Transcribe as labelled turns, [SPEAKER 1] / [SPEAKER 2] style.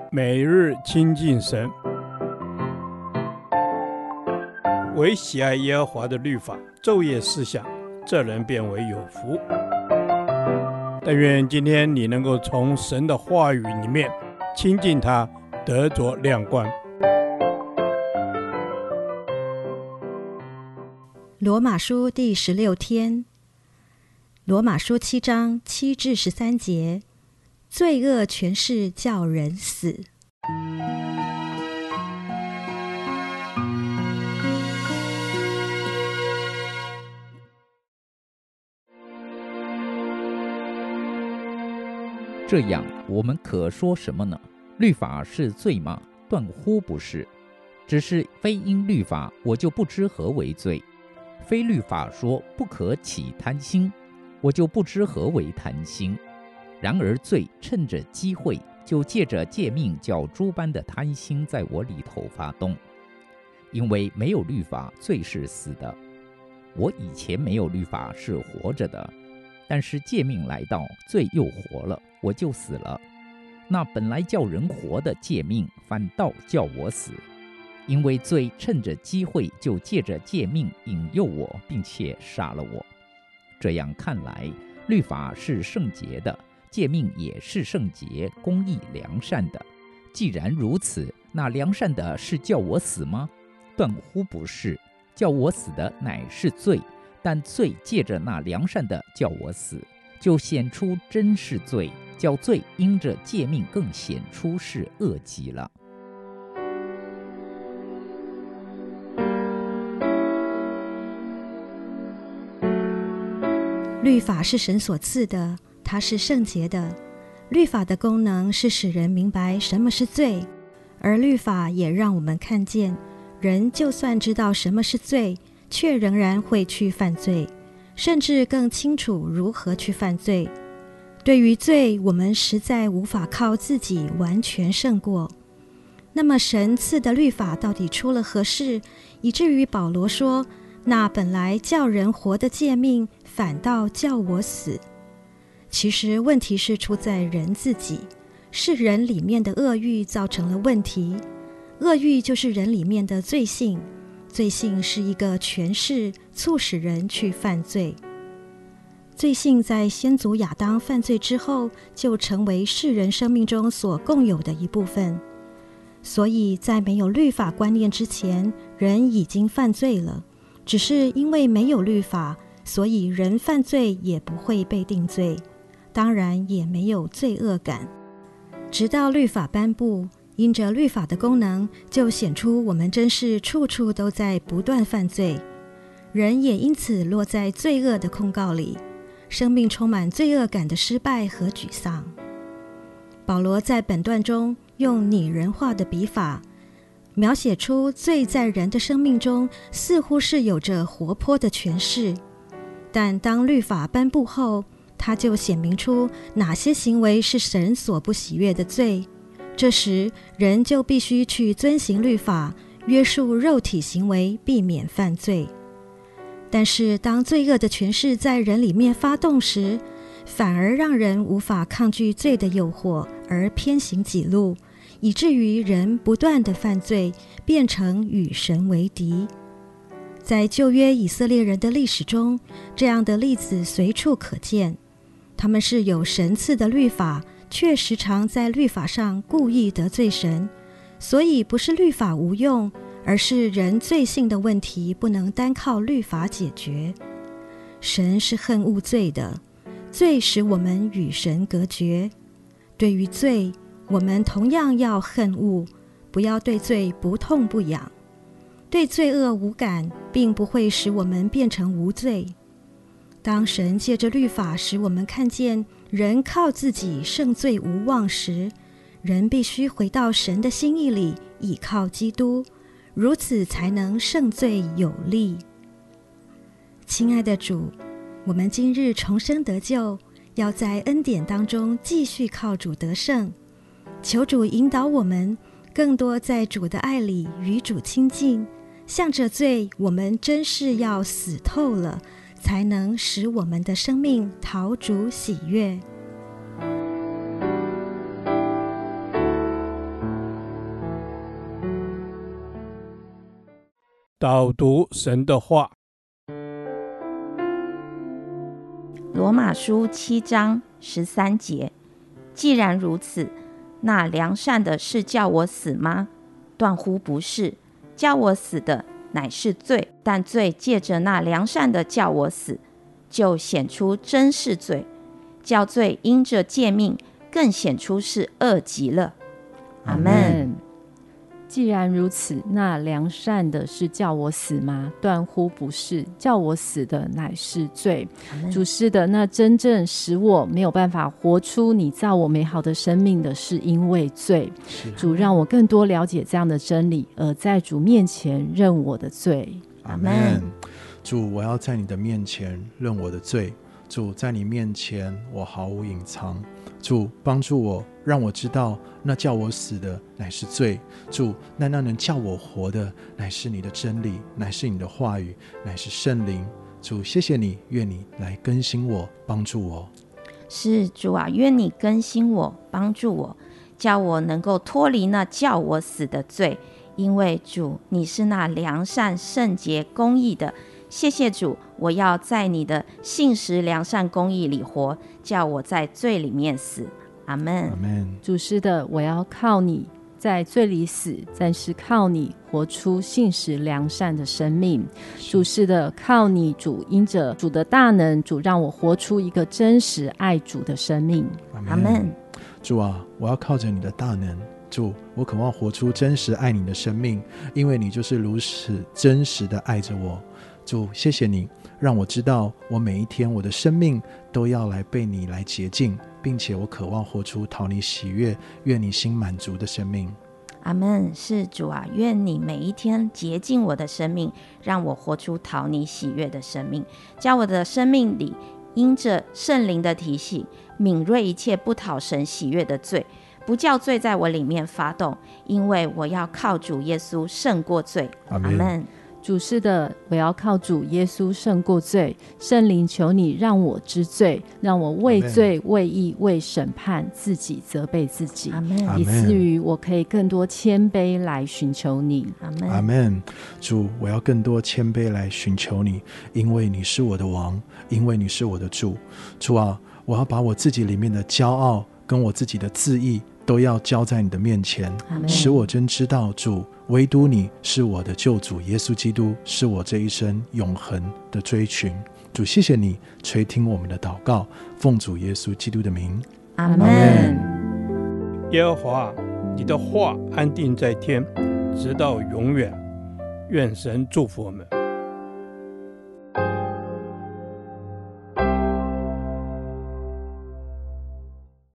[SPEAKER 1] 每日亲近神，唯喜爱耶和华的律法，昼夜思想，这人变为有福。但愿今天你能够从神的话语里面亲近他，得着亮光。
[SPEAKER 2] 罗马书第16天，罗马书7章7至13节，罪恶权势叫人死。
[SPEAKER 3] 这样我们可说什么呢？律法是罪吗？断乎不是。只是非因律法，我就不知何为罪；非律法说不可起贪心，我就不知何为贪心。然而罪趁着机会，就借着诫命，叫诸般的贪心在我里头发动。因为没有律法，罪是死的。我以前没有律法是活着的，但是诫命来到，罪又活了，我就死了。那本来叫人活的诫命，反倒叫我死。因为罪趁着机会，就借着诫命引诱我，并且杀了我。这样看来，律法是圣洁的，诫命也是圣洁、公义、良善的。既然如此，那良善的是叫我死吗？断乎不是。叫我死的乃是罪，但罪借着那良善的叫我死，就显出真是罪，叫罪因着诫命更显出是恶极了。
[SPEAKER 2] 律法是神所赐的，它是圣洁的。律法的功能是使人明白什么是罪，而律法也让我们看见，人就算知道什么是罪，却仍然会去犯罪，甚至更清楚如何去犯罪。对于罪，我们实在无法靠自己完全胜过。那么神赐的律法到底出了何事，以至于保罗说，那本来叫人活的诫命，反倒叫我死。其实问题是出在人自己，是人里面的恶欲造成了问题。恶欲就是人里面的罪性，罪性是一个权势，促使人去犯罪。罪性在先祖亚当犯罪之后，就成为世人生命中所共有的一部分。所以在没有律法观念之前，人已经犯罪了，只是因为没有律法，所以人犯罪也不会被定罪，当然也没有罪恶感。直到律法颁布，因着律法的功能，就显出我们真是处处都在不断犯罪，人也因此落在罪恶的控告里，生命充满罪恶感的失败和沮丧。保罗在本段中用拟人化的笔法，描写出罪在人的生命中似乎是有着活泼的权势，但当律法颁布后，它就显明出哪些行为是神所不喜悦的罪。这时人就必须去遵行律法，约束肉体行为，避免犯罪。但是当罪恶的权势在人里面发动时，反而让人无法抗拒罪的诱惑，而偏行己路，以至于人不断的犯罪，变成与神为敌。在旧约以色列人的历史中，这样的例子随处可见。他们是有神赐的律法，却时常在律法上故意得罪神，所以不是律法无用，而是人罪性的问题不能单靠律法解决。神是恨恶罪的，罪使我们与神隔绝。对于罪，我们同样要恨恶，不要对罪不痛不痒。对罪恶无感，并不会使我们变成无罪。当神借着律法使我们看见人靠自己胜罪无望时，人必须回到神的心意里，倚靠基督，如此才能胜罪有力。亲爱的主，我们今日重生得救，要在恩典当中继续靠主得胜。求主引导我们更多在主的爱里与主亲近，向着罪，我们真是要死透了，才能使我们的生命讨主喜悦。
[SPEAKER 1] 导读神的话。
[SPEAKER 4] 罗马书7章13节，既然如此，那良善的是叫我死吗？断乎不是，叫我死的乃是罪，但罪借着那良善的叫我死，就显出真是罪，叫罪因着诫命更显出是恶极了。阿们。
[SPEAKER 5] 既然如此，那良善的是叫我死吗？断乎不是，叫我死的乃是罪。主是的，那真正使我没有办法活出你造我美好的生命的，是因为罪。主让我更多了解这样的真理，而在主面前认我的罪。
[SPEAKER 6] 阿们。主，我要在你的面前认我的罪。主，在你面前我毫无隐藏。主，帮助我，让我知道那叫我死的乃是罪。主，那能叫我活的乃是你的真理，乃是你的话语，乃是圣灵。主，谢谢你，愿你来更新我，帮助我。
[SPEAKER 4] 是主啊，愿你更新我，帮助我，叫我能够脱离那叫我死的罪。因为主，你是那良善、圣洁、公义的。谢谢主，我要在你的信实、良善、公义里活，叫我在罪里面死。阿们。
[SPEAKER 5] 主是的，我要靠你在罪里死，但是靠你活出信实良善的生命。主是的，靠你，主因着主的大能，主让我活出一个真实爱主的生命。
[SPEAKER 4] 阿们。
[SPEAKER 6] 主啊，我要靠着你的大能。主，我渴望活出真实爱你的生命，因为你就是如此真实的爱着我。主，谢谢你让我知道我每一天我的生命都要来被你来洁净，并且我渴望活出讨你喜悦、愿你心满足的生命。
[SPEAKER 4] 阿们。是主啊，愿你每一天洁净我的生命，让我活出讨你喜悦的生命，叫我的生命里因着圣灵的提醒，敏锐一切不讨神喜悦的罪，不叫罪在我里面发动，因为我要靠主耶稣胜过罪。阿们。
[SPEAKER 5] 主是的，我要靠主耶稣胜过罪。圣灵，求你让我知罪，让我为罪、为义、为审判自己责备自己，以至于我可以更多谦卑来寻求你。
[SPEAKER 6] 阿们。主，我要更多谦卑来寻求你，因为你是我的王，因为你是我的主。主啊，我要把我自己里面的骄傲跟我自己的自义都要交在你的面前，使我真知道主唯独你是我的救主，耶稣基督是我这一生永恒的追寻。主，谢谢你垂听我们的祷告，奉主耶稣基督的名。
[SPEAKER 4] 阿们。
[SPEAKER 1] 耶和华，你的话安定在天，直到永远。愿神祝福我们。